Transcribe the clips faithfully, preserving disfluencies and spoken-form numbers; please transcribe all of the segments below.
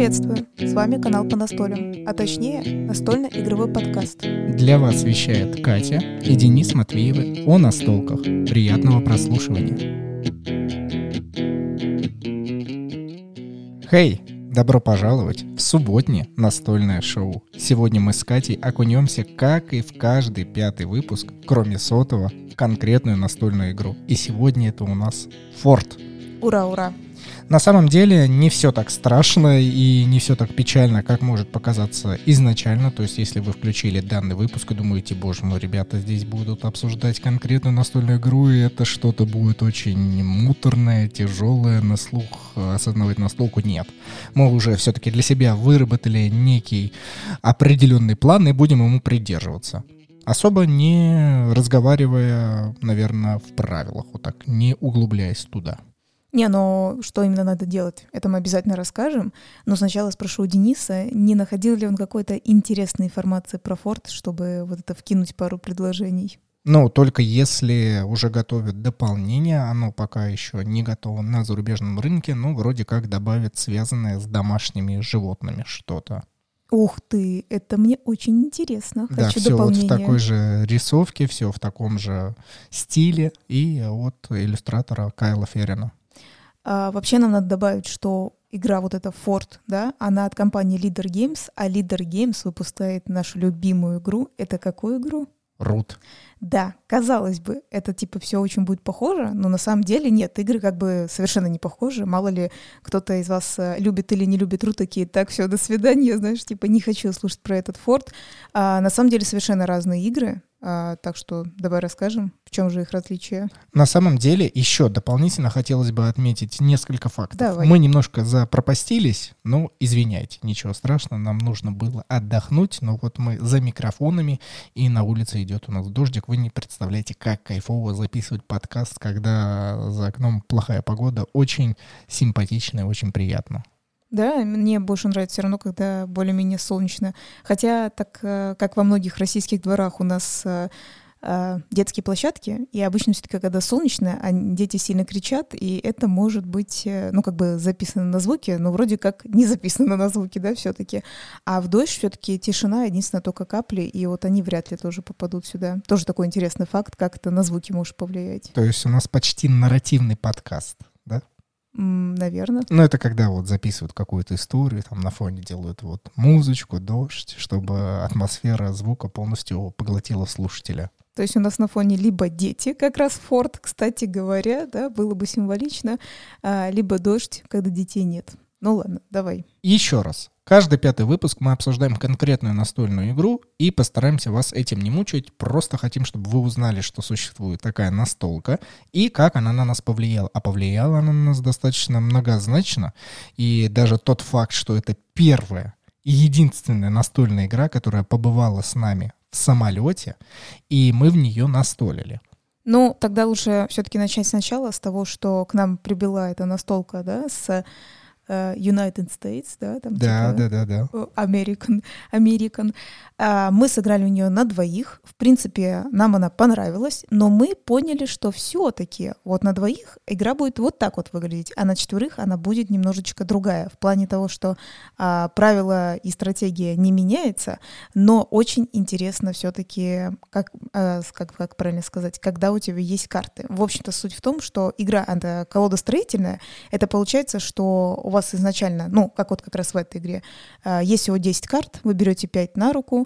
Приветствую! С вами канал по настолям, а точнее настольно-игровой подкаст. Для вас вещает Катя и Денис Матвеевы о настолках. Приятного прослушивания. Хей! Добро пожаловать в субботнее настольное шоу. Сегодня мы с Катей окунемся, как и в каждый пятый выпуск, кроме сотого, в конкретную настольную игру. И сегодня это у нас Форт. Ура, ура! На самом деле не все так страшно и не все так печально, как может показаться изначально. То есть, если вы включили данный выпуск и думаете, боже мой, ребята здесь будут обсуждать конкретную настольную игру, и это что-то будет очень муторное, тяжелое, на слух осознавать настолку, нет. Мы уже все-таки для себя выработали некий определенный план и будем ему придерживаться. Особо не разговаривая, наверное, в правилах, вот так, не углубляясь туда. Не, но что именно надо делать, это мы обязательно расскажем. Но сначала спрошу у Дениса, не находил ли он какой-то интересной информации про Форт, чтобы вот это вкинуть пару предложений. Ну, только если уже готовят дополнение, оно пока еще не готово на зарубежном рынке, но вроде как добавят связанное с домашними животными что-то. Ух ты, это мне очень интересно. Да, Хочу все дополнение. вот в такой же рисовке, все в таком же стиле и от иллюстратора Кайла Феррина. А, вообще нам надо добавить, что игра вот эта Форт, да, она от компании Leader Games, а Leader Games выпускает нашу любимую игру. Это какую игру? Root. Да, казалось бы, это типа все очень будет похоже, но на самом деле нет, игры как бы совершенно не похожи. Мало ли кто-то из вас любит или не любит Root, такие, так, все, до свидания, знаешь, типа не хочу слушать про этот Форт. А, на самом деле совершенно разные игры. А, так что давай расскажем, в чем же их различие. На самом деле, еще дополнительно хотелось бы отметить несколько фактов. Давай. Мы немножко запропастились, но извиняйте, ничего страшного, нам нужно было отдохнуть, но вот мы за микрофонами, и на улице идет у нас дождик. Вы не представляете, как кайфово записывать подкаст, когда за окном плохая погода. Очень симпатично и очень приятно. Да, мне больше нравится все равно, когда более-менее солнечно. Хотя, так как во многих российских дворах у нас детские площадки, и обычно все-таки, когда солнечно, дети сильно кричат, и это может быть, ну, как бы записано на звуки, но вроде как не записано на звуки, да, все-таки. А в дождь все-таки тишина, единственное, только капли, и вот они вряд ли тоже попадут сюда. Тоже такой интересный факт, как это на звуки может повлиять. То есть у нас почти нарративный подкаст, да? Наверное. Ну, это когда вот записывают какую-то историю, там на фоне делают вот музычку, дождь, чтобы атмосфера звука полностью поглотила слушателя. То есть у нас на фоне либо дети, как раз Форт, кстати говоря, да, было бы символично, либо дождь, когда детей нет. Ну ладно, давай. Еще раз. Каждый пятый выпуск мы обсуждаем конкретную настольную игру и постараемся вас этим не мучить. Просто хотим, чтобы вы узнали, что существует такая настолка и как она на нас повлияла. А повлияла она на нас достаточно многозначно. И даже тот факт, что это первая и единственная настольная игра, которая побывала с нами в самолете, и мы в нее настолили. Ну, тогда лучше все-таки начать сначала с того, что к нам прибыла эта настолка, да, с United States, да, там да, типа да, да, да. American, American. А, мы сыграли у нее на двоих. В принципе, нам она понравилась, но мы поняли, что все-таки вот на двоих игра будет вот так вот выглядеть, а на четверых она будет немножечко другая. В плане того, что а, правила и стратегия не меняются, но очень интересно все-таки, как, а, как, как правильно сказать, когда у тебя есть карты. В общем-то, суть в том, что игра, она колодостроительная. Это получается, что у вас изначально, ну, как вот как раз в этой игре, есть всего десять карт, вы берете пять на руку,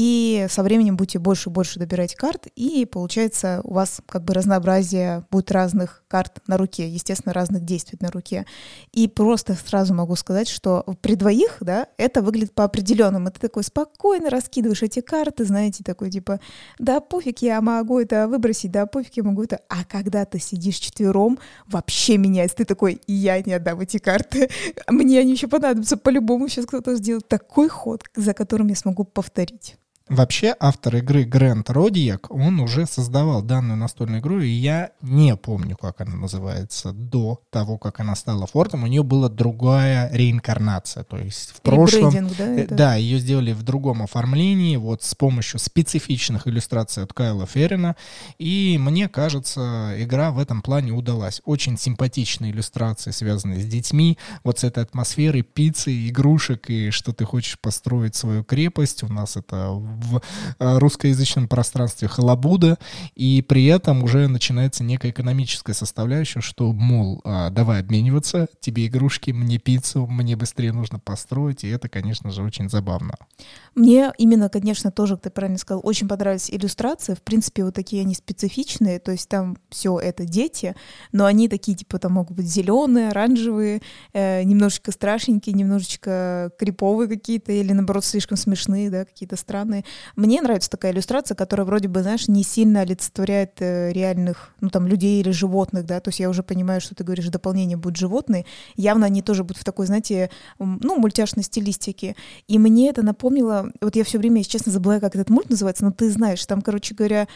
и со временем будете больше и больше добирать карт, и получается у вас как бы разнообразие будет разных карт на руке, естественно, разных действий на руке. И просто сразу могу сказать, что при двоих, да, это выглядит по определенному. Ты такой спокойно раскидываешь эти карты, знаете, такой типа, да пофиг, я могу это выбросить, да пофиг, я могу это. А когда ты сидишь четвером, вообще меняется. Ты такой, я не отдам эти карты. Мне они еще понадобятся по-любому. Сейчас кто-то сделает такой ход, за которым я смогу повторить. Вообще, автор игры Грент Родиак, он уже создавал данную настольную игру, и я не помню, как она называется, до того, как она стала Фортом. У нее была другая реинкарнация, то есть в прошлом... да? Это? Да, ее сделали в другом оформлении, вот с помощью специфичных иллюстраций от Кайла Феррина, и мне кажется, игра в этом плане удалась. Очень симпатичные иллюстрации, связанные с детьми, вот с этой атмосферой пиццы, игрушек, и что ты хочешь построить свою крепость. У нас это в русскоязычном пространстве халабуда, и при этом уже начинается некая экономическая составляющая, что, мол, давай обмениваться, тебе игрушки, мне пиццу, мне быстрее нужно построить, и это, конечно же, очень забавно. Мне именно, конечно, тоже, как ты правильно сказал, очень понравились иллюстрации. В принципе, вот такие они специфичные, то есть там все это дети, но они такие, типа, там могут быть зеленые, оранжевые, э, немножечко страшненькие, немножечко криповые какие-то, или, наоборот, слишком смешные, да, какие-то странные. Мне нравится такая иллюстрация, которая вроде бы, знаешь, не сильно олицетворяет э, реальных, ну, там, людей или животных, да, то есть я уже понимаю, что ты говоришь, дополнение будут животные, явно они тоже будут в такой, знаете, ну, мультяшной стилистике, и мне это напомнило, вот я все время, если честно, забываю, как этот мульт называется, но ты знаешь, там, короче говоря,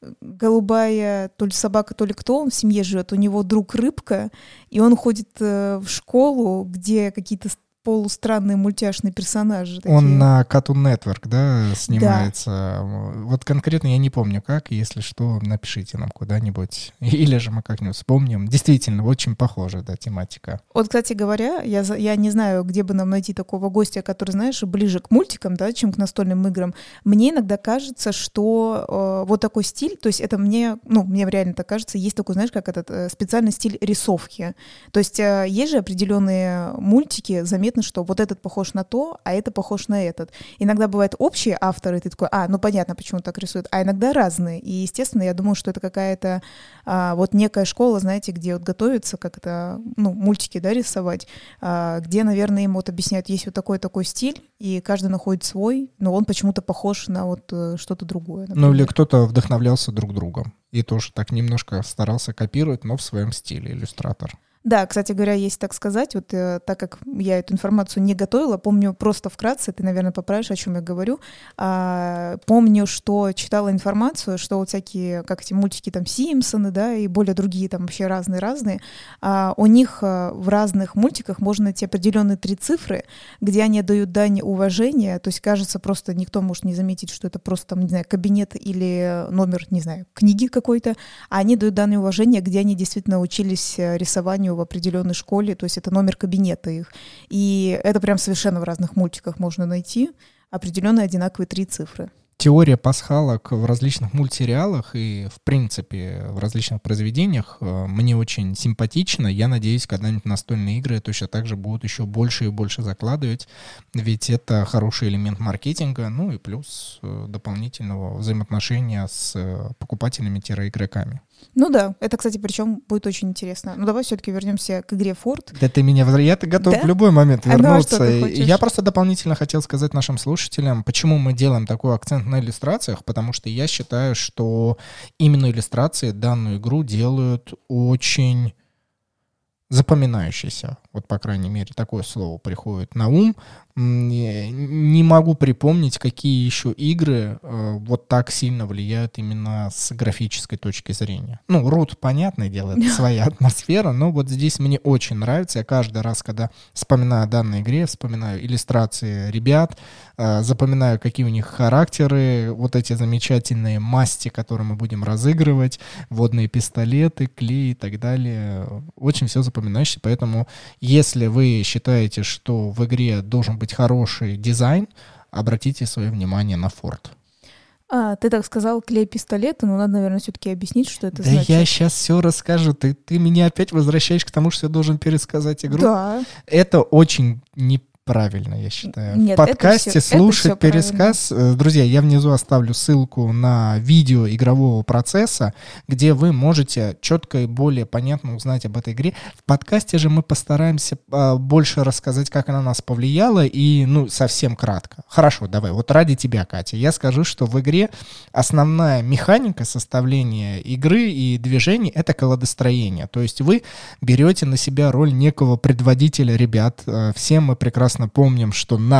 голубая то ли собака, то ли кто, он в семье живет, у него друг рыбка, и он ходит э, в школу, где какие-то полустранные мультяшные персонажи. Такие. Он на Cartoon Network, да, снимается. Да. Вот конкретно я не помню как, если что, напишите нам куда-нибудь. Или же мы как-нибудь вспомним. Действительно, очень похожа, да, тематика. Вот, кстати говоря, я, я не знаю, где бы нам найти такого гостя, который, знаешь, ближе к мультикам, да, чем к настольным играм. Мне иногда кажется, что э, вот такой стиль, то есть это мне, ну, мне реально так кажется, есть такой, знаешь, как этот э, специальный стиль рисовки. То есть э, есть же определенные мультики, заметно, что вот этот похож на то, а это похож на этот. Иногда бывают общие авторы, ты такой, а, ну понятно, почему так рисуют, а иногда разные. И, естественно, я думаю, что это какая-то а, вот некая школа, знаете, где вот готовятся как это, ну, мультики, да, рисовать, а, где, наверное, им вот объясняют, есть вот такой-такой стиль, и каждый находит свой, но он почему-то похож на вот что-то другое. Например. Ну или кто-то вдохновлялся друг другом и тоже так немножко старался копировать, но в своем стиле, иллюстратор. Да, кстати говоря, если так сказать, вот э, так как я эту информацию не готовила, помню просто вкратце, ты, наверное, поправишь, о чем я говорю, а, помню, что читала информацию, что вот всякие, как эти мультики, там, Симпсоны, да, и более другие, там, вообще разные-разные, а, у них а, в разных мультиках можно найти определенные три цифры, где они дают дань уважения, то есть, кажется, просто никто может не заметить, что это просто, там, не знаю, кабинет или номер, не знаю, книги какой-то, а они дают дань уважения, где они действительно учились рисованию в определенной школе, то есть это номер кабинета их. И это прям совершенно в разных мультиках можно найти определенные одинаковые три цифры. Теория пасхалок в различных мультсериалах и, в принципе, в различных произведениях мне очень симпатична. Я надеюсь, когда-нибудь настольные игры точно так же будут еще больше и больше закладывать, ведь это хороший элемент маркетинга, ну и плюс дополнительного взаимоотношения с покупателями-игроками. Ну да, это, кстати, причем будет очень интересно. Ну давай все-таки вернемся к игре Форт. Да ты меня... Я-то готов да? в любой момент вернуться. А ну, а я просто дополнительно хотел сказать нашим слушателям, почему мы делаем такой акцент на иллюстрациях, потому что я считаю, что именно иллюстрации данную игру делают очень запоминающейся. Вот, по крайней мере, такое слово приходит на ум. Не могу припомнить, какие еще игры э, вот так сильно влияют именно с графической точки зрения. Ну, Root, понятное дело, это своя атмосфера, но вот здесь мне очень нравится. Я каждый раз, когда вспоминаю о данной игре, вспоминаю иллюстрации ребят, э, запоминаю, какие у них характеры, вот эти замечательные масти, которые мы будем разыгрывать, водные пистолеты, клей и так далее. Очень все запоминающее, поэтому если вы считаете, что в игре должен быть быть хороший дизайн, обратите свое внимание на Форт. А, ты так сказал, клей-пистолеты, но надо, наверное, все-таки объяснить, что это да значит. Да я сейчас все расскажу. Ты, ты меня опять возвращаешь к тому, что я должен пересказать игру. Да. Это очень не правильно, я считаю. Нет, в подкасте все, слушать пересказ. Правильно. Друзья, я внизу оставлю ссылку на видео игрового процесса, где вы можете четко и более понятно узнать об этой игре. В подкасте же мы постараемся а, больше рассказать, как она на нас повлияла, и, ну, совсем кратко. Хорошо, давай, вот ради тебя, Катя, я скажу, что в игре основная механика составления игры и движений — это колодостроение. То есть вы берете на себя роль некого предводителя ребят. Все мы прекрасно помним, что нам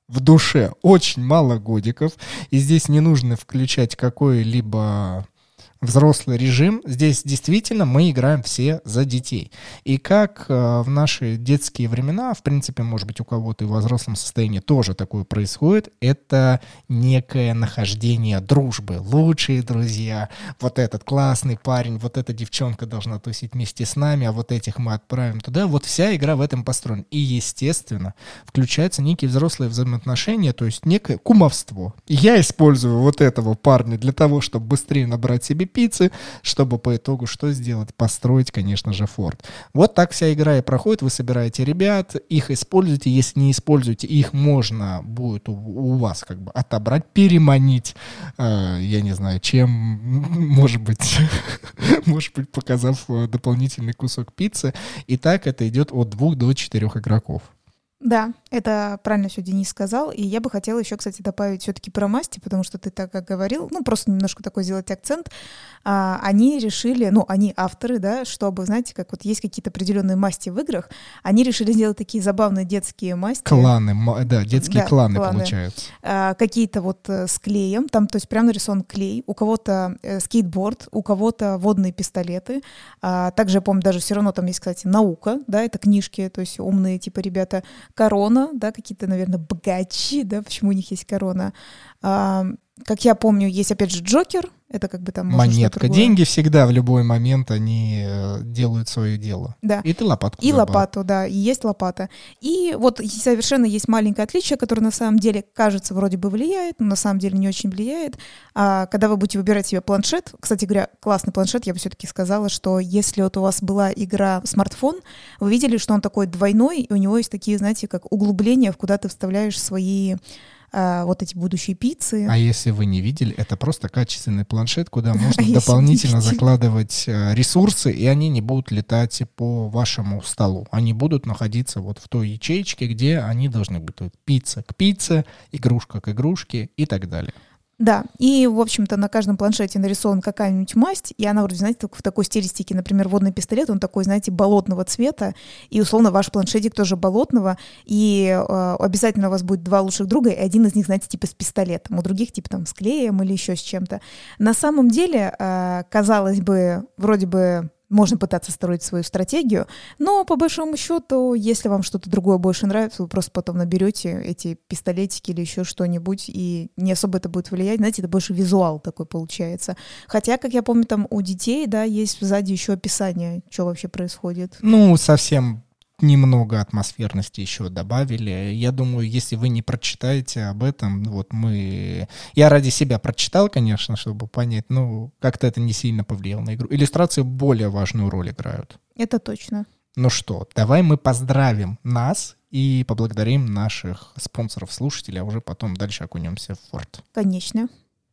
в душе очень мало годиков, и здесь не нужно включать какой-либо взрослый режим. Здесь действительно мы играем все за детей. И как э, в наши детские времена, в принципе, может быть, у кого-то и в взрослом состоянии тоже такое происходит, это некое нахождение дружбы. Лучшие друзья, вот этот классный парень, вот эта девчонка должна тусить вместе с нами, а вот этих мы отправим туда. Вот вся игра в этом построена. И, естественно, включаются некие взрослые взаимоотношения, то есть некое кумовство. Я использую вот этого парня для того, чтобы быстрее набрать себе пиццы, чтобы по итогу что сделать? Построить, конечно же, форт. Вот так вся игра и проходит. Вы собираете ребят, их используете. Если не используете, их можно будет у, у вас как бы отобрать, переманить, э, я не знаю, чем, может быть, может быть, показав дополнительный кусок пиццы. И так это идет от двух до четырех игроков. Да, это правильно все Денис сказал. И я бы хотела еще, кстати, добавить все-таки про масти, потому что ты так как говорил, ну, просто немножко такой сделать акцент. А, они решили, ну, они авторы, да, чтобы, знаете, как вот есть какие-то определенные масти в играх, они решили сделать такие забавные детские масти. Кланы, да, детские да, кланы, кланы получаются. А, какие-то вот с клеем, там, то есть прям нарисован клей, у кого-то э, скейтборд, у кого-то водные пистолеты. А, также, я помню, даже все равно там есть, кстати, наука, да, это книжки, то есть умные, типа, ребята. Корона, да, какие-то, наверное, богачи, да, почему у них есть корона. А, как я помню, есть, опять же, Джокер, это как бы там... Монетка. Деньги всегда в любой момент, они делают свое дело. Да. И ты лопатку И забрал. лопату, да, и есть лопата. И вот совершенно есть маленькое отличие, которое на самом деле, кажется, вроде бы влияет, но на самом деле не очень влияет. А, когда вы будете выбирать себе планшет, кстати говоря, классный планшет, я бы все-таки сказала, что если вот у вас была игра смартфон, вы видели, что он такой двойной, и у него есть такие, знаете, как углубления, в куда ты вставляешь свои... А, вот эти будущие пиццы. А если вы не видели, это просто качественный планшет, куда можно а дополнительно закладывать ресурсы, и они не будут летать по вашему столу. Они будут находиться вот в той ячеечке, где они должны быть. Вот пицца к пицце, игрушка к игрушке и так далее. Да, и, в общем-то, на каждом планшете нарисована какая-нибудь масть, и она, вроде, знаете, в такой стилистике, например, водный пистолет, он такой, знаете, болотного цвета, и, условно, ваш планшетик тоже болотного, и э, обязательно у вас будет два лучших друга, и один из них, знаете, типа с пистолетом, у других, типа, там, с клеем или еще с чем-то. На самом деле, э, казалось бы, вроде бы, можно пытаться строить свою стратегию, но по большому счету, если вам что-то другое больше нравится, вы просто потом наберете эти пистолетики или еще что-нибудь, и не особо это будет влиять. Знаете, это больше визуал такой получается. Хотя, как я помню, там у детей, да, есть сзади еще описание, что вообще происходит. Ну, совсем немного атмосферности еще добавили. Я думаю, если вы не прочитаете об этом, вот мы... Я ради себя прочитал, конечно, чтобы понять, ну, как-то это не сильно повлияло на игру. Иллюстрации более важную роль играют. Это точно. Ну что, давай мы поздравим нас и поблагодарим наших спонсоров-слушателей, а уже потом дальше окунемся в форт. Конечно.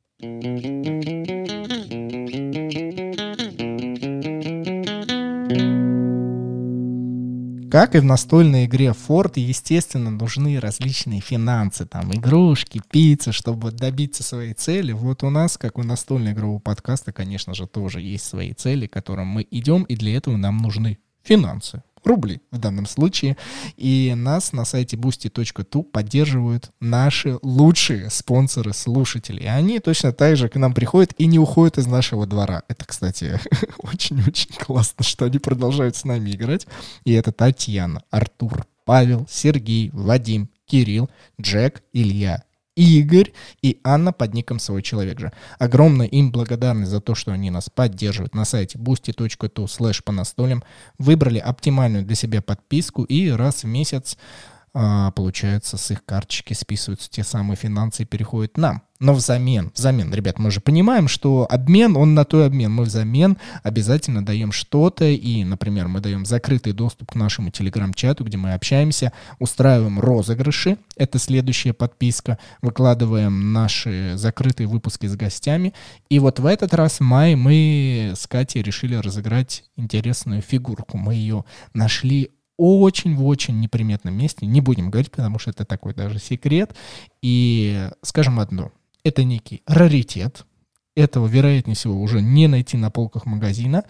Как и в настольной игре Форт, естественно, нужны различные финансы, там, игрушки, пицца, чтобы добиться своей цели. Вот у нас, как у настольного игрового подкаста, конечно же, тоже есть свои цели, к которым мы идем, и для этого нам нужны финансы. Рубли в данном случае. И нас на сайте boosty точка ту поддерживают наши лучшие спонсоры-слушатели. И они точно так же к нам приходят и не уходят из нашего двора. Это, кстати, очень-очень классно, что они продолжают с нами играть. И это Татьяна, Артур, Павел, Сергей, Вадим, Кирилл, Джек, Илья, Игорь и Анна под ником «Свой человек же». Огромно им благодарны за то, что они нас поддерживают на сайте boosty точка ту слэш по настолям. Выбрали оптимальную для себя подписку и раз в месяц, а, получается, с их карточки списываются те самые финансы и переходят нам. Но взамен, взамен, ребят, мы же понимаем, что обмен, он на то и обмен. Мы взамен обязательно даем что-то, и, например, мы даем закрытый доступ к нашему телеграм-чату, где мы общаемся, устраиваем розыгрыши, это следующая подписка, выкладываем наши закрытые выпуски с гостями. И вот в этот раз в мае мы с Катей решили разыграть интересную фигурку. Мы ее нашли очень в очень неприметном месте, не будем говорить, потому что это такой даже секрет. И скажем одно, это некий раритет, этого, вероятнее всего, уже не найти на полках магазина,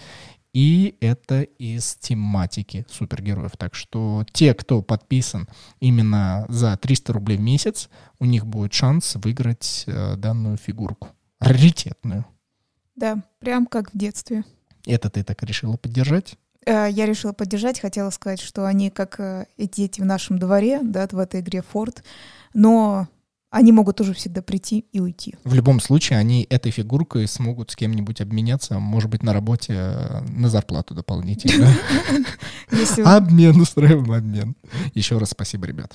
и это из тематики супергероев. Так что те, кто подписан именно за триста рублей в месяц, у них будет шанс выиграть э, данную фигурку. Раритетную. Да, прям как в детстве. Это ты так решила поддержать? Я решила поддержать, хотела сказать, что они как дети в нашем дворе, да, в этой игре Форт, но они могут тоже всегда прийти и уйти. В любом случае, они этой фигуркой смогут с кем-нибудь обменяться, может быть, на работе на зарплату дополнительно. Обмен, устраиваем обмен. Еще раз спасибо, ребят.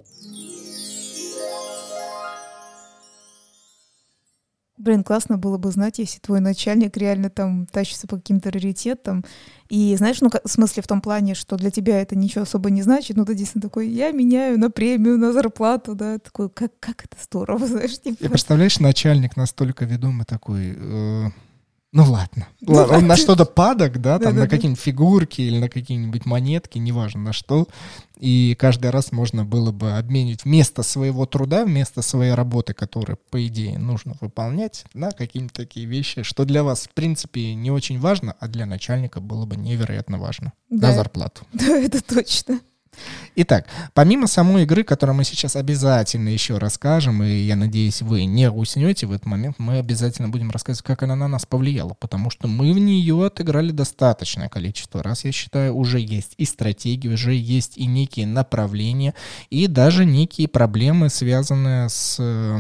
Блин, классно было бы знать, если твой начальник реально там тащится по каким-то раритетам. И знаешь, ну, в смысле в том плане, что для тебя это ничего особо не значит, но ты действительно такой, я меняю на премию, на зарплату, да, такой, как, как это здорово, знаешь. Типа. И представляешь, начальник настолько ведомый такой... Э... Ну ладно. Ну, ладно. Он ладно. на что-то падок, да, там Да-да-да. на какие-нибудь фигурки или на какие-нибудь монетки, неважно на что. И каждый раз можно было бы обменивать вместо своего труда, вместо своей работы, которую, по идее, нужно выполнять, на какие-нибудь такие вещи, что для вас, в принципе, не очень важно, а для начальника было бы невероятно важно. Да. На зарплату. Да, это точно. Итак, помимо самой игры, которую мы сейчас обязательно еще расскажем, и я надеюсь, вы не уснете в этот момент, мы обязательно будем рассказывать, как она на нас повлияла, потому что мы в нее отыграли достаточное количество раз, я считаю, уже есть и стратегии, уже есть и некие направления, и даже некие проблемы, связанные с,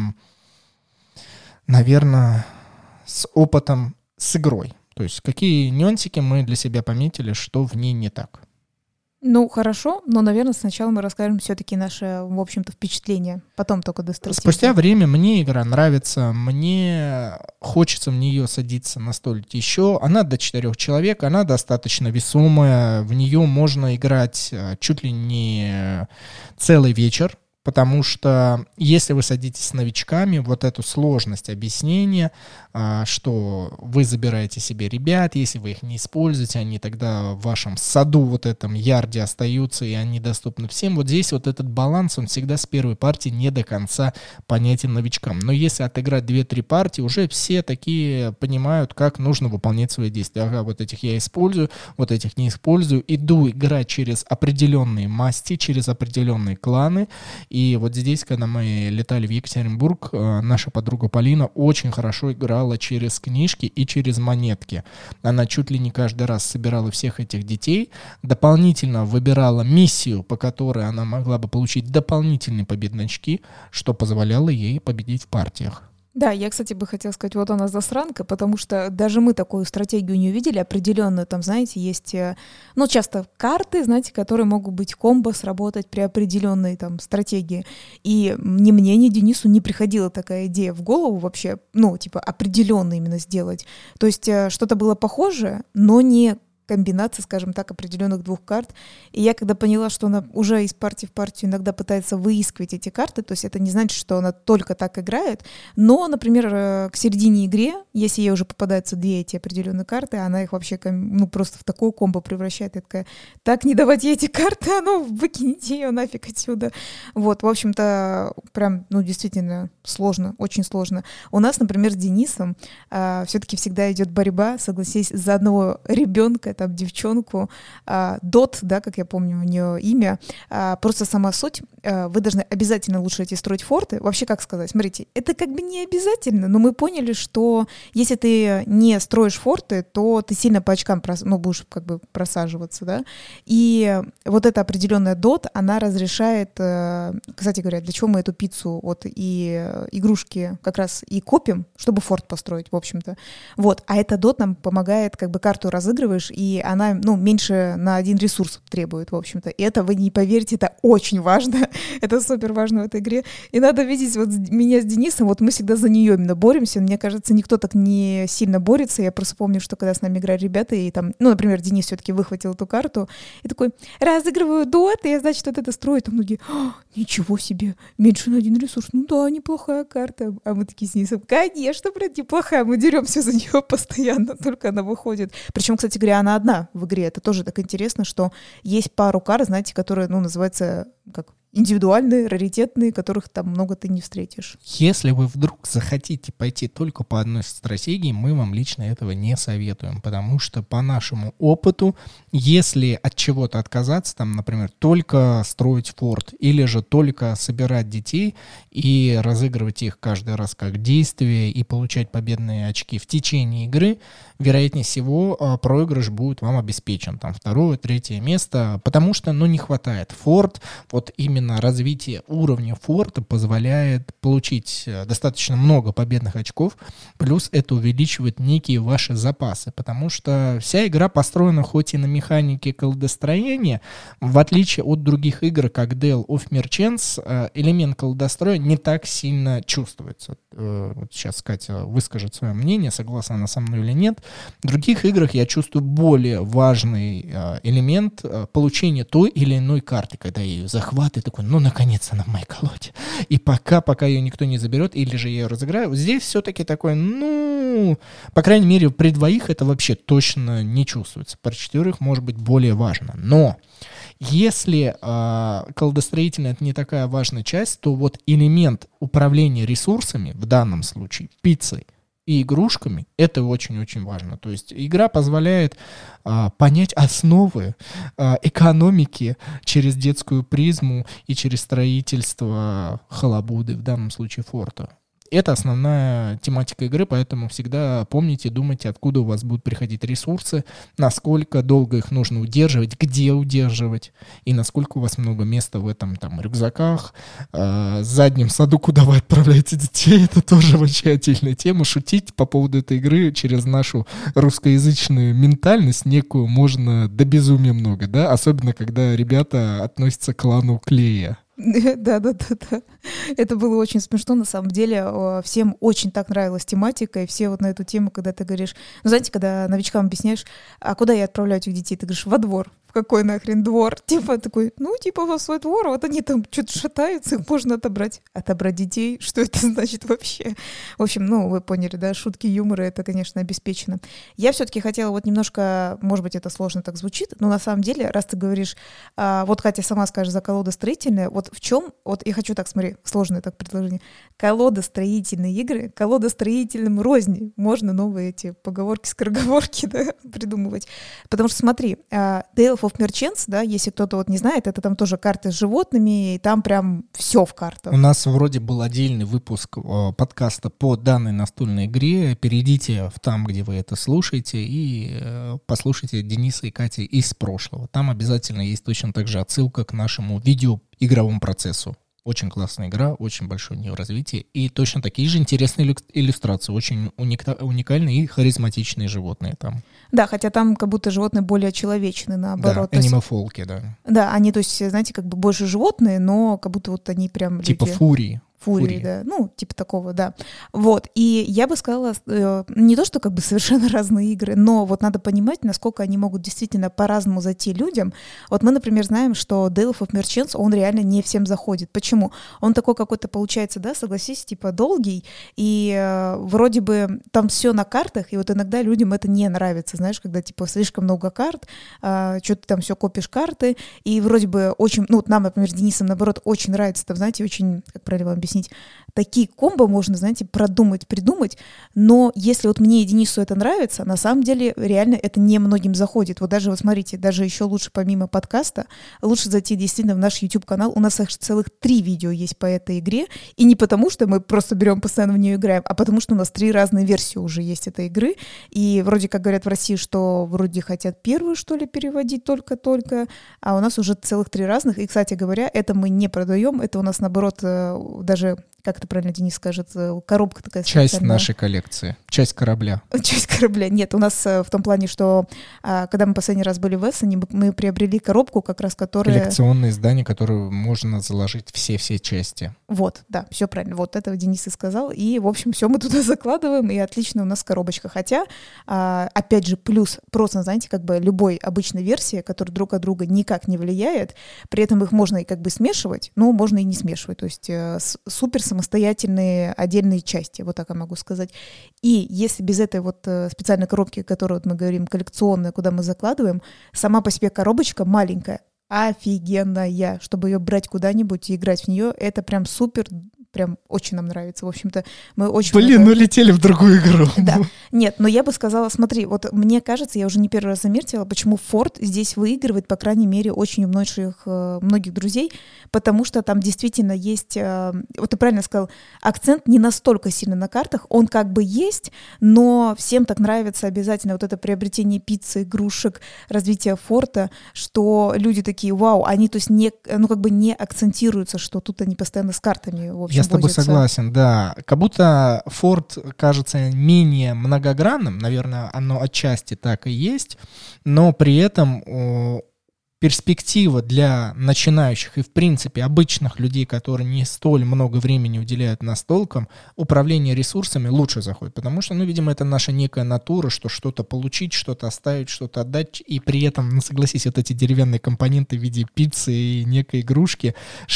наверное, с опытом с игрой. То есть какие нюансики мы для себя пометили, что в ней не так. Ну, хорошо, но, наверное, сначала мы расскажем все-таки наше, в общем-то, впечатление, потом только до стратегии. Спустя время мне игра нравится, мне хочется в нее садиться настолить еще. Она до четырех человек, она достаточно весомая, в нее можно играть чуть ли не целый вечер. Потому что если вы садитесь с новичками, вот эту сложность объяснения, что вы забираете себе ребят, если вы их не используете, они тогда в вашем саду, вот этом ярде остаются, и они доступны всем. Вот здесь вот этот баланс, он всегда с первой партии не до конца понятен новичкам. Но если отыграть две-три партии, уже все такие понимают, как нужно выполнять свои действия. Ага, вот этих я использую, вот этих не использую. Иду играть через определенные масти, через определенные кланы. И вот здесь, когда мы летали в Екатеринбург, наша подруга Полина очень хорошо играла через книжки и через монетки. Она чуть ли не каждый раз собирала всех этих детей, дополнительно выбирала миссию, по которой она могла бы получить дополнительные победные очки, что позволяло ей победить в партиях. Да, я, кстати, бы хотела сказать, вот она засранка, потому что даже мы такую стратегию не увидели, определенную, там, знаете, есть, ну, часто карты, знаете, которые могут быть комбо сработать при определенной там стратегии. И ни мне, ни Денису не приходила такая идея в голову вообще, ну, типа, определенно именно сделать. То есть что-то было похожее, но не комбинация, скажем так, определенных двух карт. И я когда поняла, что она уже из партии в партию иногда пытается выискивать эти карты, то есть это не значит, что она только так играет, но, например, к середине игры, если ей уже попадаются две эти определенные карты, она их вообще ну, просто в такое комбо превращает. Я такая, так, не давать ей эти карты, а ну, выкините ее нафиг отсюда. Вот, в общем-то, прям, ну, действительно сложно, очень сложно. У нас, например, с Денисом а, все-таки всегда идет борьба, согласись, за одного ребенка, там, девчонку, а, Дот, да, как я помню у нее имя, а, просто сама суть, а, вы должны обязательно лучше эти строить форты. Вообще, как сказать, смотрите, это как бы не обязательно, но мы поняли, что если ты не строишь форты, то ты сильно по очкам прос, ну, будешь как бы просаживаться, да, и вот эта определенная Дот, она разрешает, а, кстати говоря, для чего мы эту пиццу вот и игрушки как раз и копим, чтобы форт построить, в общем-то, вот, а эта Дот нам помогает, как бы карту разыгрываешь, и И она, ну, меньше на один ресурс требует, в общем-то. И это, вы не поверите, это очень важно. Это супер важно в этой игре. И надо видеть вот меня с Денисом, вот мы всегда за нее именно боремся. Мне кажется, никто так не сильно борется. Я просто помню, что когда с нами играли ребята, и там, ну, например, Денис все-таки выхватил эту карту, и такой, разыгрываю дот, и я, значит, вот это строю. Там многие, ничего себе, меньше на один ресурс. Ну да, неплохая карта. А мы такие с Денисом, конечно, блядь, неплохая. Мы деремся за нее постоянно, только она выходит. Причем, кстати говоря, она одна в игре. Это тоже так интересно, что есть пару карт, знаете, которые, ну, называются как индивидуальные, раритетные, которых там много ты не встретишь. Если вы вдруг захотите пойти только по одной стратегии, мы вам лично этого не советуем, потому что по нашему опыту, если от чего-то отказаться, там, например, только строить форт или же только собирать детей и разыгрывать их каждый раз как действие и получать победные очки в течение игры, вероятнее всего проигрыш будет вам обеспечен, там, второе, третье место, потому что, ну, не хватает. Форт, вот именно развитие уровня форта позволяет получить достаточно много победных очков, плюс это увеличивает некие ваши запасы, потому что вся игра построена хоть и на механике колодостроения, в отличие от других игр, как Dale of Merchants, элемент колодостроя не так сильно чувствуется. Вот сейчас Катя выскажет свое мнение, согласна она со мной или нет. В других играх я чувствую более важный элемент получения той или иной карты, когда я ее захватываю, такой, ну, наконец она в моей колоде. И пока, пока ее никто не заберет, или же я ее разыграю, здесь все-таки такой, ну, по крайней мере, при двоих это вообще точно не чувствуется. При четверых может быть более важно. Но если э, колодостроительная — это не такая важная часть, то вот элемент управления ресурсами, в данном случае пиццей и игрушками, это очень-очень важно. То есть игра позволяет а, понять основы а, экономики через детскую призму и через строительство халабуды, в данном случае форта. Это основная тематика игры, поэтому всегда помните, думайте, откуда у вас будут приходить ресурсы, насколько долго их нужно удерживать, где удерживать, и насколько у вас много места в этом там рюкзаках, э, заднем саду, куда вы отправляете детей. Это тоже вообще отдельная тема. Шутить по поводу этой игры через нашу русскоязычную ментальность некую можно до безумия много, да, особенно когда ребята относятся к клану Клея. Да, да, да, да. Это было очень смешно. На самом деле, всем очень так нравилась тематика, и все вот на эту тему, когда ты говоришь, ну, знаете, когда новичкам объясняешь, а куда я отправляю этих детей, ты говоришь, во двор. В какой нахрен двор? Типа такой, ну, типа во свой двор, вот они там что-то шатаются, их можно отобрать. Отобрать детей? Что это значит вообще? В общем, ну, вы поняли, да, шутки юмора, это, конечно, обеспечено. Я все-таки хотела вот немножко, может быть, это сложно так звучит, но на самом деле, раз ты говоришь, а, вот Катя сама скажет за колодостроительные, вот в чем, вот я хочу так, смотри, сложное так предложение, колодостроительные игры, колодостроительным розни, можно новые эти поговорки, скороговорки, да, придумывать. Потому что смотри, Dale of Merchants, да, если кто-то вот не знает, это там тоже карты с животными, и там прям все в картах. У нас вроде был отдельный выпуск э, подкаста по данной настольной игре. Перейдите в там, где вы это слушаете, и э, послушайте Дениса и Кати из прошлого. Там обязательно есть точно так же отсылка к нашему видеоигровому процессу. Очень классная игра, очень большое у нее развитие. И точно такие же интересные иллюстрации. Очень уник- уникальные и харизматичные животные там. Да, хотя там как будто животные более человечные, наоборот. Да, аниме-фолки, да. Да, они, то есть, знаете, как бы больше животные, но как будто вот они прям типа люди. фурии. Фурии, Фурии, да, ну, типа такого, да. Вот, и я бы сказала, э, не то, что как бы совершенно разные игры, но вот надо понимать, насколько они могут действительно по-разному зайти людям. Вот мы, например, знаем, что Dale of Merchants, он реально не всем заходит. Почему? Он такой какой-то получается, да, согласись, типа долгий, и э, вроде бы там все на картах, и вот иногда людям это не нравится, знаешь, когда типа слишком много карт, э, что ты там все копишь карты, и вроде бы очень, ну, вот нам, например, с Денисом, наоборот, очень нравится, там, знаете, очень, как правильно объяснить, такие комбо можно, знаете, продумать, придумать, но если вот мне и Денису это нравится, на самом деле реально это не многим заходит. Вот даже, вот смотрите, даже еще лучше помимо подкаста, лучше зайти действительно в наш YouTube-канал, у нас аж целых три видео есть по этой игре, и не потому, что мы просто берем, постоянно в нее играем, а потому что у нас три разные версии уже есть этой игры, и вроде как говорят в России, что вроде хотят первую, что ли, переводить только-только, а у нас уже целых три разных, и, кстати говоря, это мы не продаем, это у нас, наоборот, даже как это правильно Денис скажет, коробка такая. Часть специальная. Нашей коллекции, часть корабля. Часть корабля. Нет, у нас в том плане, что когда мы последний раз были в Эссене, мы приобрели коробку, как раз которая... Коллекционное издание, которое можно заложить все-все части. Вот, да, все правильно. Вот этого Денис и сказал. И, в общем, все мы туда закладываем, и отлично у нас коробочка. Хотя, опять же, плюс просто, знаете, как бы любой обычной версии, которая друг от друга никак не влияет, при этом их можно и как бы смешивать, но можно и не смешивать. То есть супер самостоятельные отдельные части, вот так я могу сказать. И если без этой вот специальной коробки, которую вот мы говорим, коллекционная, куда мы закладываем, сама по себе коробочка маленькая, офигенная, чтобы ее брать куда-нибудь и играть в нее, это прям супер, прям очень нам нравится. В общем-то, мы очень... Блин, много... ну летели в другую игру. Да. Нет, но я бы сказала, смотри, вот мне кажется, я уже не первый раз заметила, почему Форт здесь выигрывает, по крайней мере, очень у многих, многих друзей, потому что там действительно есть, вот ты правильно сказал, акцент не настолько сильно на картах, он как бы есть, но всем так нравится обязательно вот это приобретение пиццы, игрушек, развитие Форта, что люди такие, вау, они то есть не, ну как бы не акцентируются, что тут они постоянно с картами, в общем, Я с тобой возятся. согласен, да. Как будто Форт кажется менее многогранным, наверное, оно отчасти так и есть, но при этом о, перспектива для начинающих и, в принципе, обычных людей, которые не столь много времени уделяют настолкам, управление ресурсами лучше заходит, потому что, ну, видимо, это наша некая натура, что что-то получить, что-то оставить, что-то отдать, и при этом, ну, согласись, вот эти деревянные компоненты в виде пиццы и некой игрушки,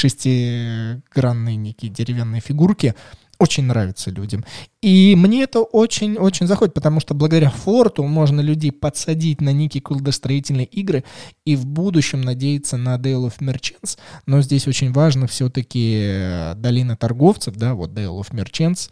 шестигранные некие деревянные фигурки, очень нравится людям. И мне это очень-очень заходит, потому что благодаря Форту можно людей подсадить на некие кладостроительные игры и в будущем надеяться на Dale of Merchants. Но здесь очень важно все-таки долина торговцев, да, вот Dale of Merchants,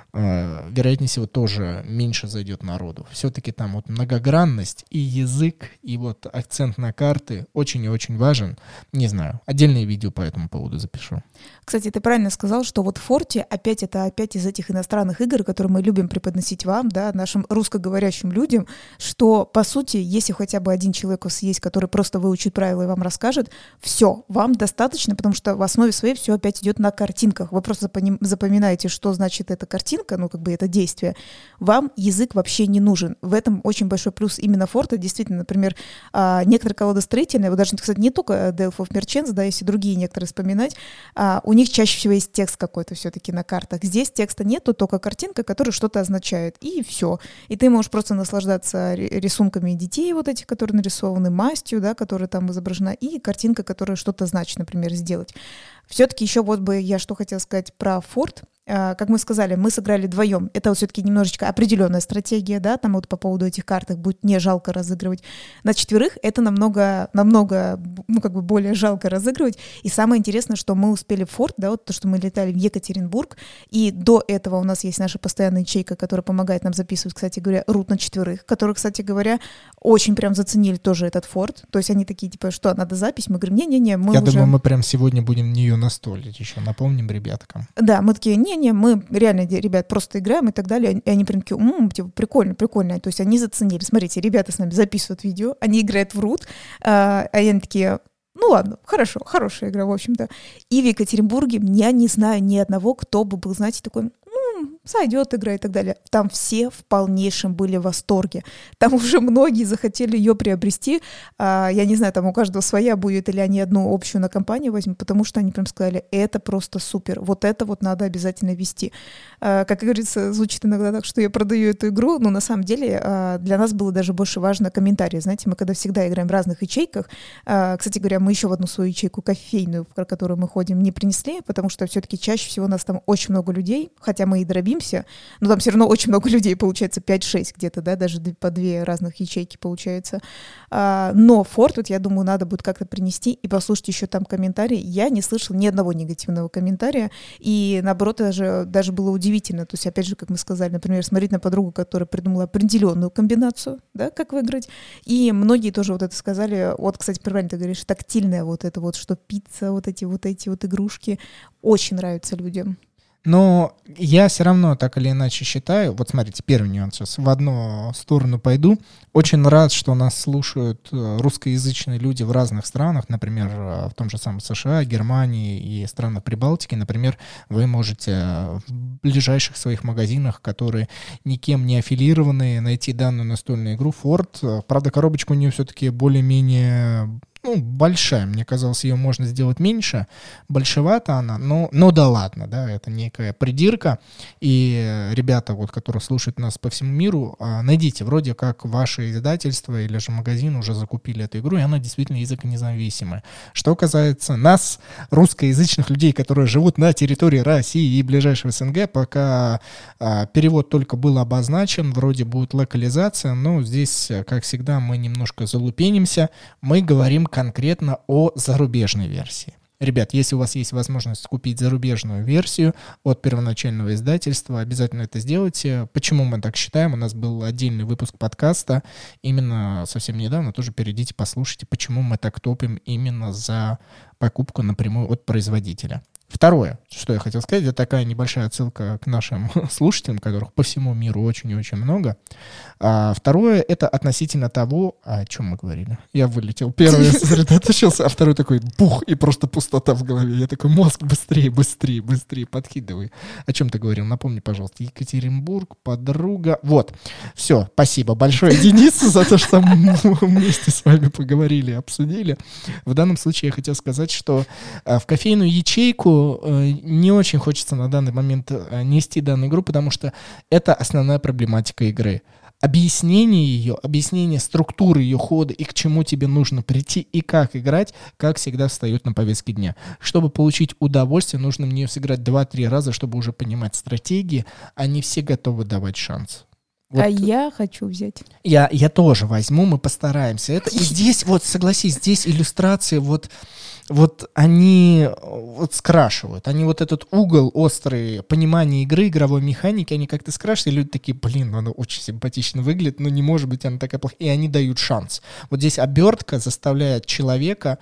э, вероятнее всего тоже меньше зайдет народу. Все-таки там вот многогранность и язык, и вот акцент на карты очень и очень важен. Не знаю, отдельное видео по этому поводу запишу. Кстати, ты правильно сказал, что вот в Форте опять это опять из этих иностранных игр, которые мы любим преподносить вам, да, нашим русскоговорящим людям, что, по сути, если хотя бы один человек у вас есть, который просто выучит правила и вам расскажет, все, вам достаточно, потому что в основе своей все опять идет на картинках. Вы просто запоминаете, что значит эта картинка, ну, как бы это действие. Вам язык вообще не нужен. В этом очень большой плюс именно Форта. Действительно, например, некоторые колодостроительные, вот даже, кстати, не только Dale of Merchants, да, если другие некоторые вспоминать, у них чаще всего есть текст какой-то все-таки на картах. Здесь текста нету, только картинка, которая что-то означает, и все. И ты можешь просто наслаждаться рисунками детей вот этих, которые нарисованы, мастью, да, которая там изображена, и картинка, которая что-то значит, например, сделать. Все-таки еще вот бы я что хотела сказать про Форт. Как мы сказали, мы сыграли вдвоем. Это вот все-таки немножечко определенная стратегия, да, там вот по поводу этих карток будет не жалко разыгрывать. На четверых это намного, намного, ну, как бы более жалко разыгрывать. И самое интересное, что мы успели в Форт, да, вот то, что мы летали в Екатеринбург, и до этого у нас есть наша постоянная ячейка, которая помогает нам записывать, кстати говоря, рут на четверых, которые, кстати говоря, очень прям заценили тоже этот Форт. То есть они такие, типа, что, надо запись? Мы говорим, не-не-не, мы Я уже... думаю, мы прям сегодня будем нее настолить еще, напомним ребяткам. Да, мы такие, не не, мы реально, ребят, просто играем и так далее. И они прям такие, м-м, типа, прикольно, прикольно. То есть они заценили. Смотрите, ребята с нами записывают видео, они играют в рут, а они такие, ну ладно, хорошо, хорошая игра, в общем-то. И в Екатеринбурге я не знаю ни одного, кто бы был, знаете, такой... сойдет игра и так далее. Там все в полнейшем были в восторге. Там уже многие захотели ее приобрести. А, я не знаю, там у каждого своя будет, или они одну общую на компанию возьмут, потому что они прям сказали, это просто супер. Вот это вот надо обязательно вести. А, как говорится, звучит иногда так, что я продаю эту игру, но на самом деле а, для нас было даже больше важно комментарии. Знаете, мы когда всегда играем в разных ячейках, а, кстати говоря, мы еще в одну свою ячейку кофейную, про которую мы ходим, не принесли, потому что все-таки чаще всего у нас там очень много людей, хотя мы и дробимся, но там все равно очень много людей, получается пять-шесть где-то, да, даже по две разных ячейки получается. А, но Форт, вот я думаю, надо будет как-то принести и послушать еще там комментарии. Я не слышала ни одного негативного комментария, и наоборот, даже, даже было удивительно. То есть, опять же, как мы сказали, например, смотреть на подругу, которая придумала определенную комбинацию, да, как выиграть, и многие тоже вот это сказали. Вот, кстати, правильно ты говоришь, тактильная вот это вот, что пицца, вот эти вот эти вот игрушки очень нравятся людям. Но я все равно так или иначе считаю, вот смотрите, первый нюанс, сейчас в одну сторону пойду. Очень рад, что нас слушают русскоязычные люди в разных странах, например, в том же самом США, Германии и странах Прибалтики. Например, вы можете в ближайших своих магазинах, которые никем не аффилированы, найти данную настольную игру Форт. Правда, коробочка у нее все-таки более-менее... ну, большая. Мне казалось, ее можно сделать меньше. Большевата она, но, но да ладно, да, это некая придирка. И ребята, вот, которые слушают нас по всему миру, найдите, вроде как ваше издательство или же магазин уже закупили эту игру, и она действительно языконезависимая. Что касается нас, русскоязычных людей, которые живут на территории России и ближайшего СНГ, пока а, перевод только был обозначен, вроде будет локализация, но здесь, как всегда, мы немножко залупенимся, мы говорим конкретно о зарубежной версии. Ребят, если у вас есть возможность купить зарубежную версию от первоначального издательства, обязательно это сделайте. Почему мы так считаем? У нас был отдельный выпуск подкаста именно совсем недавно. Тоже перейдите, послушайте, почему мы так топим именно за покупку напрямую от производителя. Второе, что я хотел сказать, это такая небольшая отсылка к нашим слушателям, которых по всему миру очень и очень много. А второе, это относительно того, о чем мы говорили. Я вылетел. Первый сосредоточился, а второй такой бух, и просто пустота в голове. Я такой, мозг, быстрее, быстрее, быстрее, подкидывай. О чем ты говорил? Напомни, пожалуйста. Екатеринбург, подруга. Вот. Все, спасибо большое, Денис, за то, что мы вместе с вами поговорили, обсудили. В данном случае я хотел сказать, что в кофейную ячейку не очень хочется на данный момент нести данную игру, потому что это основная проблематика игры. Объяснение ее, объяснение структуры ее хода и к чему тебе нужно прийти и как играть, как всегда встает на повестке дня. Чтобы получить удовольствие, нужно в нее сыграть два-три раза, чтобы уже понимать стратегии, а не все готовы давать шанс. Вот. А я хочу взять. Я, я тоже возьму, мы постараемся. Это, и здесь, вот согласись, здесь иллюстрации, вот, вот они вот скрашивают. Они вот этот угол острый понимания игры, игровой механики, они как-то скрашивают, и люди такие, блин, она очень симпатично выглядит, но не может быть она такая плохая. И они дают шанс. Вот здесь обертка заставляет человека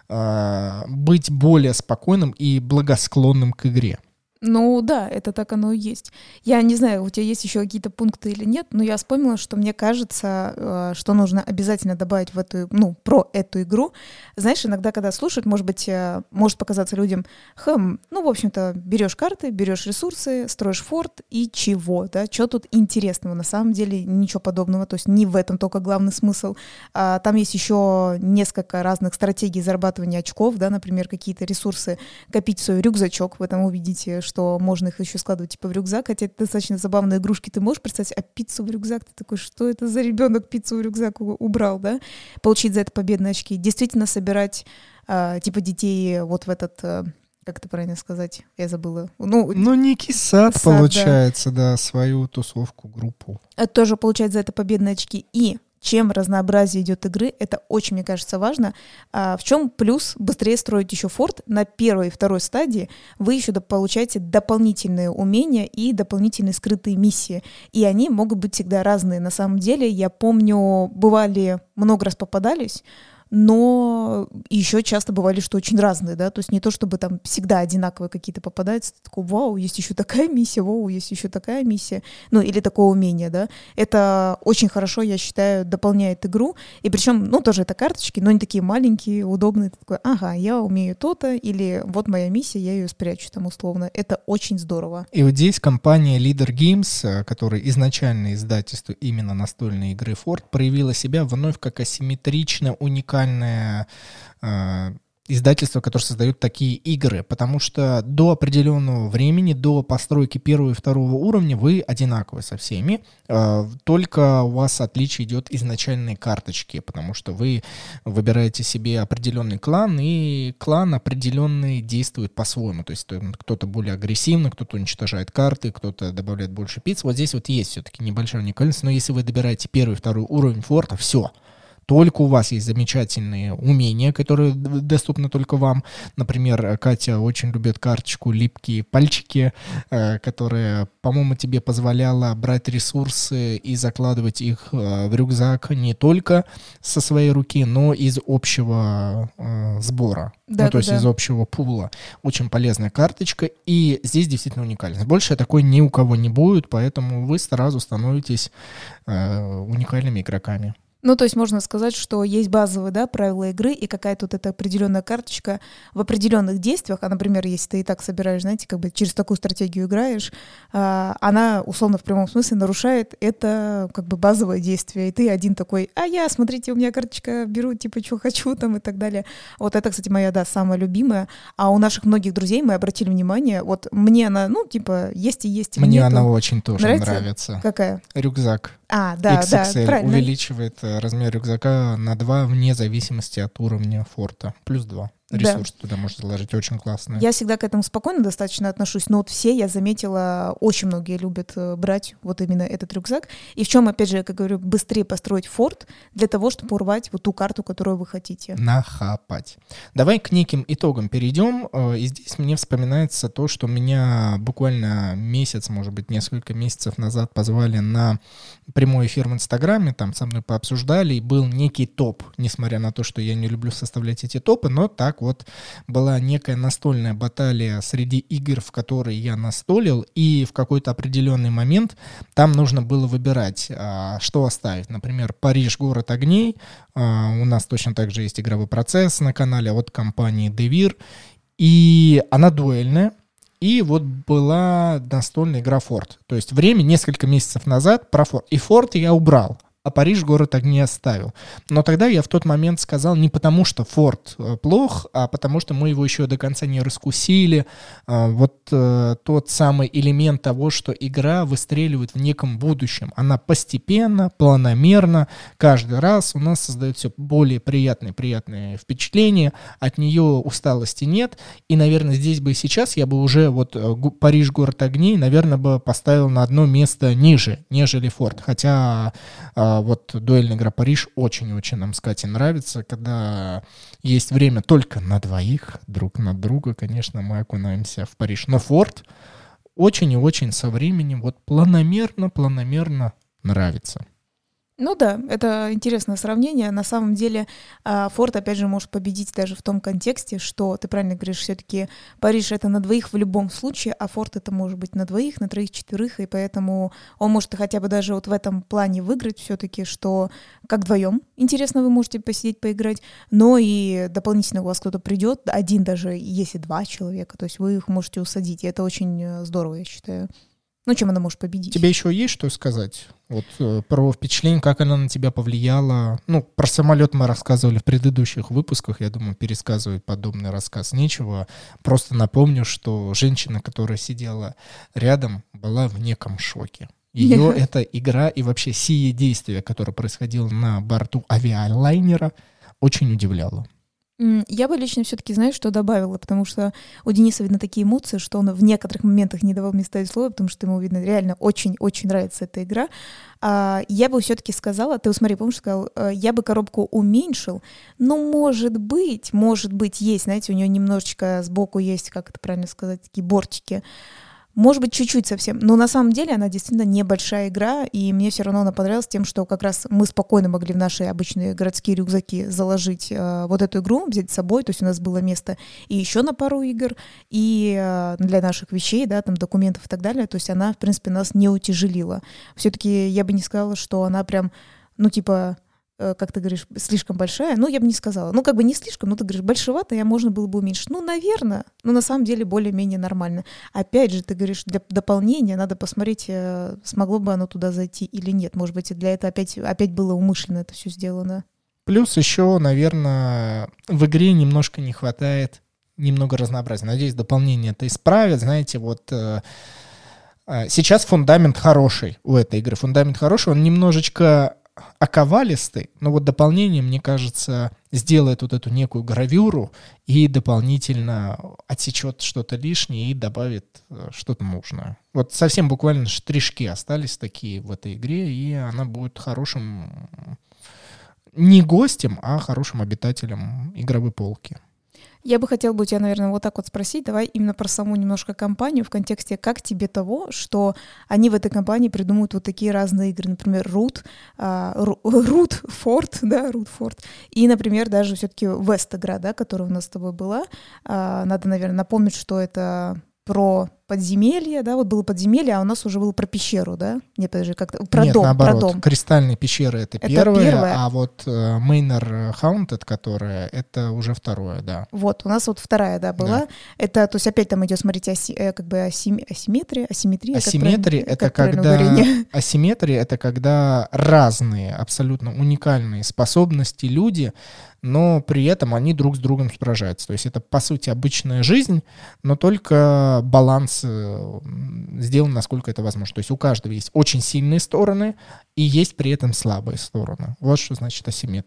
э, быть более спокойным и благосклонным к игре. Ну да, это так оно и есть. Я не знаю, у тебя есть еще какие-то пункты или нет, но я вспомнила, что мне кажется, что нужно обязательно добавить в эту, ну, про эту игру. Знаешь, иногда, когда слушают, может быть, может показаться людям, хм, ну, в общем-то, берешь карты, берешь ресурсы, строишь форт, и чего, да, что тут интересного? На самом деле ничего подобного, то есть не в этом только главный смысл. А, там есть еще несколько разных стратегий зарабатывания очков, да, например, какие-то ресурсы копить в свой рюкзачок, вы там увидите, что можно их еще складывать типа в рюкзак, хотя это достаточно забавные игрушки. Ты можешь представить, а пиццу в рюкзак? Ты такой, что это за ребенок пиццу в рюкзак убрал, да? Получить за это победные очки. Действительно собирать э, типа детей вот в этот... Э, как это правильно сказать? Я забыла. Ну, ну некий сад, сад получается, да. да, свою тусовку, группу. Это тоже получать за это победные очки. И чем разнообразие идет игры, это очень, мне кажется, важно. А в чем плюс быстрее строить еще форт? На первой и второй стадии вы еще получаете дополнительные умения и дополнительные скрытые миссии. И они могут быть всегда разные. На самом деле, я помню, бывали, много раз попадались, но еще часто бывали, что очень разные, да, то есть не то, чтобы там всегда одинаковые какие-то попадаются, ты такой, вау, есть еще такая миссия, вау, есть еще такая миссия, ну, или такое умение, да, это очень хорошо, я считаю, дополняет игру, и причем, ну, тоже это карточки, но они такие маленькие, удобные, ты такой, ага, я умею то-то, или вот моя миссия, я ее спрячу там условно, это очень здорово. И вот здесь компания Leader Games, которая изначально издательство именно настольной игры Fort, проявила себя вновь как асимметрично уникальная э, издательство, которое создает такие игры, потому что до определенного времени, до постройки первого и второго уровня вы одинаковы со всеми, э, только у вас отличие идет изначальные карточки, потому что вы выбираете себе определенный клан, и клан определенный действует по-своему, то есть кто-то более агрессивный, кто-то уничтожает карты, кто-то добавляет больше пиц. Вот здесь вот есть все-таки небольшая уникальность, но если вы добираете первый и второй уровень форта, все. Только у вас есть замечательные умения, которые доступны только вам. Например, Катя очень любит карточку «Липкие пальчики», которая, по-моему, тебе позволяла брать ресурсы и закладывать их в рюкзак не только со своей руки, но и из общего сбора. Да, ну, да, то есть да. из общего пула. Очень полезная карточка, и здесь действительно уникальность. Больше такой ни у кого не будет, поэтому вы сразу становитесь уникальными игроками. Ну, то есть можно сказать, что есть базовые, да, правила игры, и какая-то вот эта определенная карточка в определенных действиях, а, например, если ты и так собираешь, знаете, как бы через такую стратегию играешь, а, она, условно, в прямом смысле нарушает это как бы базовое действие, и ты один такой, а я, смотрите, у меня карточка, беру, типа, что хочу там и так далее. Вот это, кстати, моя, да, самая любимая, а у наших многих друзей мы обратили внимание, вот мне она, ну, типа, есть и есть. Мне она очень тоже нравится. нравится. Какая? Рюкзак. А, да, икс икс эль да, правильно. Увеличивает размер рюкзака на два вне зависимости от уровня форта. Плюс два. ресурс да. туда можно заложить, очень классно. Я всегда к этому спокойно достаточно отношусь, но вот все, я заметила, очень многие любят брать вот именно этот рюкзак. И в чем, опять же, как говорю, быстрее построить форт для того, чтобы урвать вот ту карту, которую вы хотите. Нахапать. Давай к неким итогам перейдем. И здесь мне вспоминается то, что меня буквально месяц, может быть, несколько месяцев назад позвали на прямой эфир в Инстаграме, там со мной пообсуждали, и был некий топ, несмотря на то, что я не люблю составлять эти топы, но так вот была некая настольная баталия среди игр, в которые я настолил, и в какой-то определенный момент там нужно было выбирать, что оставить. Например, «Париж. Город огней». У нас точно так же есть игровой процесс на канале от компании Devir, и она дуэльная. И вот была настольная игра «Форт». То есть время несколько месяцев назад про «Форт». И «Форт» я убрал, а «Париж. Город огней» оставил. Но тогда я в тот момент сказал не потому, что «Форт» плох, а потому что мы его еще до конца не раскусили. Вот тот самый элемент того, что игра выстреливает в неком будущем. Она постепенно, планомерно, каждый раз у нас создает все более приятные, приятные впечатления. От нее усталости нет. И, наверное, здесь бы и сейчас я бы уже вот «Париж. Город огней», наверное, бы поставил на одно место ниже, нежели «Форт». Хотя вот дуэльная игра «Париж» очень-очень нам с Катей нравится. Когда есть время только на двоих, друг на друга, конечно, мы окунаемся в Париж. Но «Форт» очень и очень со временем вот планомерно-планомерно нравится. Ну да, это интересное сравнение. На самом деле «Форт», опять же, может победить даже в том контексте, что, ты правильно говоришь, все-таки Париж — это на двоих в любом случае, а «Форт» — это может быть на двоих, на троих, четверых, и поэтому он может хотя бы даже вот в этом плане выиграть все-таки, что как вдвоем интересно вы можете посидеть, поиграть, но и дополнительно у вас кто-то придет, один даже, если два человека, то есть вы их можете усадить, и это очень здорово, я считаю. Ну, чем она может победить? Тебе еще есть что сказать? Вот э, про впечатление, как она на тебя повлияла. Ну, про самолет мы рассказывали в предыдущих выпусках. Я думаю, пересказывать подобный рассказ нечего. Просто напомню, что женщина, которая сидела рядом, была в неком шоке. Ее эта игра и вообще сие действие, которое происходило на борту авиалайнера, очень удивляло. Я бы лично все-таки, знаешь, что добавила, потому что у Дениса, видно, такие эмоции, что он в некоторых моментах не давал мне ставить слово, потому что ему, видно, реально очень-очень нравится эта игра. А, я бы все-таки сказала, ты, смотри, помнишь, сказал, я бы коробку уменьшил, но может быть, может быть, есть, знаете, у нее немножечко сбоку есть, как это правильно сказать, такие бортики. Может быть, чуть-чуть совсем, но на самом деле она действительно небольшая игра, и мне все равно она понравилась тем, что как раз мы спокойно могли в наши обычные городские рюкзаки заложить э, вот эту игру, взять с собой, то есть у нас было место и еще на пару игр, и э, для наших вещей, да, там, документов и так далее, то есть она, в принципе, нас не утяжелила. Все-таки я бы не сказала, что она прям, ну, типа... как ты говоришь, слишком большая, ну, я бы не сказала. Ну, как бы не слишком, но ты говоришь, большеватая, можно было бы уменьшить. Ну, наверное, но на самом деле более-менее нормально. Опять же, ты говоришь, для дополнения надо посмотреть, смогло бы оно туда зайти или нет. Может быть, для этого опять, опять было умышленно это все сделано. Плюс еще, наверное, в игре немножко не хватает немного разнообразия. Надеюсь, дополнение это исправит. Знаете, вот... Сейчас фундамент хороший у этой игры. Фундамент хороший, он немножечко... оковалистый, но вот дополнение, мне кажется, сделает вот эту некую гравюру и дополнительно отсечет что-то лишнее и добавит что-то нужное. Вот совсем буквально штришки остались такие в этой игре, и она будет хорошим не гостем, а хорошим обитателем игровой полки. Я бы хотела бы у тебя, наверное, вот так вот спросить, давай именно про саму немножко компанию в контексте, как тебе того, что они в этой компании придумывают вот такие разные игры, например, Root, Root Fort, да, Root Fort, и, например, даже все-таки West игра, да, которая у нас с тобой была. Надо, наверное, напомнить, что это про подземелье, да, вот было подземелье, а у нас уже было про пещеру, да? Нет, подожди, как-то про Нет, дом, наоборот, про дом. Кристальные пещеры — это, это первое, первое, а вот uh, Manor Haunted, которая, это уже второе, да. Вот, у нас вот вторая, да, была. Да. Это, то есть опять там идет, смотрите, оси, как бы асим, асимметрия, асимметрия. Асимметрия — это как когда асимметрия — это когда разные, абсолютно уникальные способности люди, но при этом они друг с другом сражаются. То есть это, по сути, обычная жизнь, но только баланс сделан, насколько это возможно. То есть у каждого есть очень сильные стороны и есть при этом слабые стороны. Вот что значит асимметрия.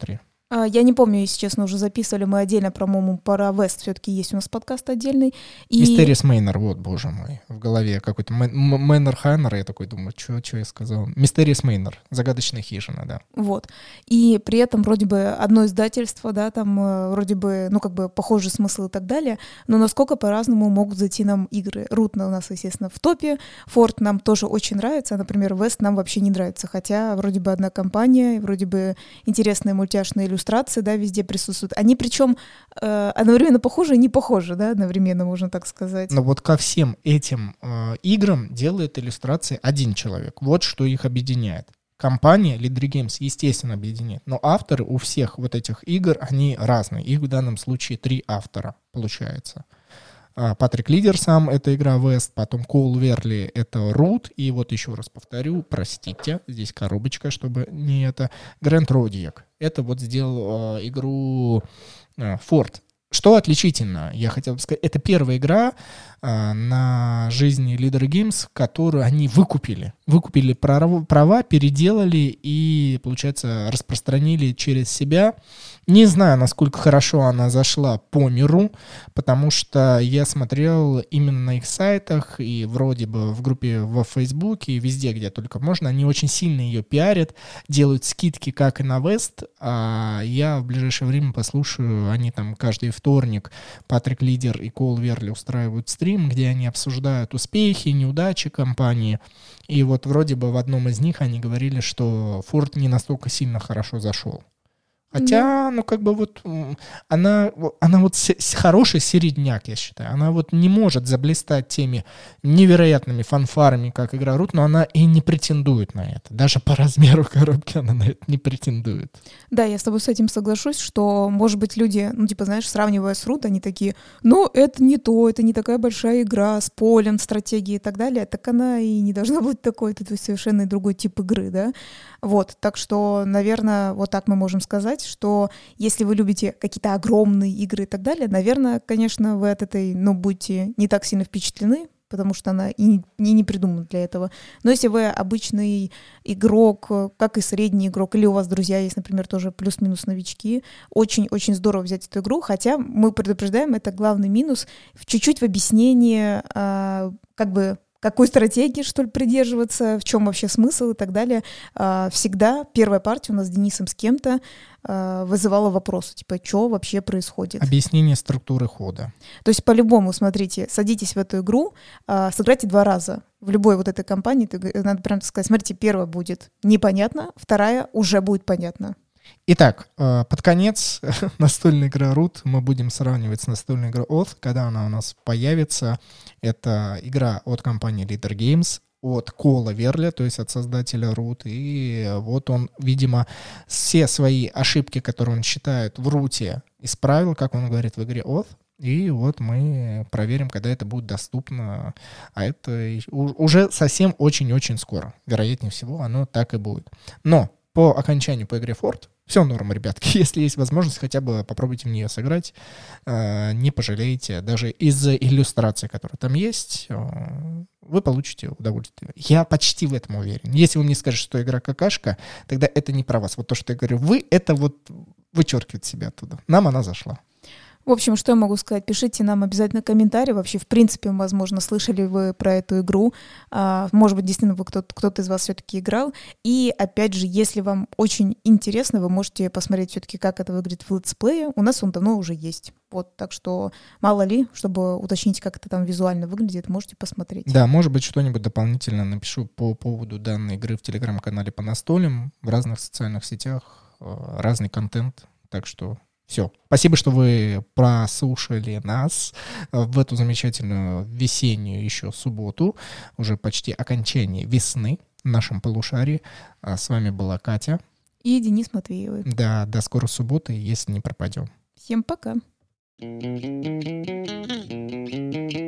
Я не помню, если честно, уже записывали мы отдельно, по-моему, про Вест все-таки есть у нас подкаст отдельный. И... Мистерис Мейнер, вот, боже мой, в голове какой-то Мэннер Хайнер, я такой думаю, что я сказал? Мистерис Мейнер, загадочная хижина, да. Вот. И при этом вроде бы одно издательство, да, там вроде бы, ну, как бы похожий смысл и так далее, но насколько по-разному могут зайти нам игры. Root у нас, естественно, в топе, Fort нам тоже очень нравится, а, например, West нам вообще не нравится, хотя вроде бы одна компания, вроде бы интересные мультяшные иллюстрации, иллюстрации, да, везде присутствуют. Они причем э, одновременно похожи и не похожи, да, одновременно, можно так сказать. Но вот ко всем этим э, играм делает иллюстрации один человек. Вот что их объединяет. Компания Leader Games, естественно, объединяет. Но авторы у всех вот этих игр, они разные. Их в данном случае три автора, получается. Патрик Лидер сам, это игра West, потом Коул Верли, это Root, и вот еще раз повторю, простите, здесь коробочка, чтобы не это, Грэнд Родиек. Это вот сделал э, игру э, Fort. Что отличительно, я хотел бы сказать, это первая игра э, на жизни Leader Games, которую они выкупили. Выкупили права, права, переделали и, получается, распространили через себя. Не знаю, насколько хорошо она зашла по миру, потому что я смотрел именно на их сайтах и вроде бы в группе во Фейсбуке, и везде, где только можно, они очень сильно ее пиарят, делают скидки, как и на West, а я в ближайшее время послушаю, они там каждый вторник, Патрик Лидер и Коул Верли устраивают стрим, где они обсуждают успехи, неудачи компании, и вот вроде бы в одном из них они говорили, что Fort не настолько сильно хорошо зашел. Хотя, mm. ну, как бы вот она, она вот с, с хороший середняк, я считаю. Она вот не может заблистать теми невероятными фанфарами, как игра Root, но она и не претендует на это. Даже по размеру коробки она на это не претендует. Да, я с тобой с этим соглашусь, что, может быть, люди, ну, типа, знаешь, сравнивая с Root, они такие, ну, это не то, это не такая большая игра с полем, стратегией и так далее. Так она и не должна быть такой, это совершенно другой тип игры, да. Вот, так что, наверное, вот так мы можем сказать, что если вы любите какие-то огромные игры и так далее, наверное, конечно, вы от этой, ну, будете не так сильно впечатлены, потому что она и не, и не придумана для этого. Но если вы обычный игрок, как и средний игрок, или у вас друзья есть, например, тоже плюс-минус новички, очень-очень здорово взять эту игру, хотя мы предупреждаем, это главный минус, чуть-чуть в объяснении, а, как бы, какой стратегии, что ли, придерживаться, в чем вообще смысл и так далее. Всегда первая партия у нас с Денисом с кем-то вызывала вопросы, типа, что вообще происходит. Объяснение структуры хода. То есть по-любому, смотрите, садитесь в эту игру, сыграйте два раза. В любой вот этой компании, надо прям сказать, смотрите, первая будет непонятно, вторая уже будет понятно. Итак, под конец настольная игра Root мы будем сравнивать с настольной игрой Oath, когда она у нас появится. Это игра от компании Leader Games, от Коула Верли, то есть от создателя Root. И вот он, видимо, все свои ошибки, которые он считает в Root, исправил, как он говорит в игре Oath. И вот мы проверим, когда это будет доступно. А это уже совсем очень-очень скоро. Вероятнее всего, оно так и будет. Но по окончанию по игре Fort все норм, ребятки. Если есть возможность, хотя бы попробуйте в нее сыграть. Э, не пожалеете. Даже из-за иллюстрации, которая там есть, э, вы получите удовольствие. Я почти в этом уверен. Если вы мне скажете, что игра какашка, тогда это не про вас. Вот то, что я говорю, вы, это вот вычеркивает себя оттуда. Нам она зашла. В общем, что я могу сказать? Пишите нам обязательно комментарии. Вообще, в принципе, возможно, слышали вы про эту игру. А, может быть, действительно, вы кто-то, кто-то из вас все-таки играл. И, опять же, если вам очень интересно, вы можете посмотреть все-таки, как это выглядит в летсплее. У нас он давно уже есть. Вот, так что, мало ли, чтобы уточнить, как это там визуально выглядит, можете посмотреть. Да, может быть, что-нибудь дополнительно напишу по поводу данной игры в телеграм-канале по настолям, в разных социальных сетях, разный контент. Так что все. Спасибо, что вы прослушали нас в эту замечательную весеннюю еще субботу, уже почти окончание весны в нашем полушарии. А с вами была Катя. И Денис Матвеевый. Да, до скорой субботы, если не пропадем. Всем пока.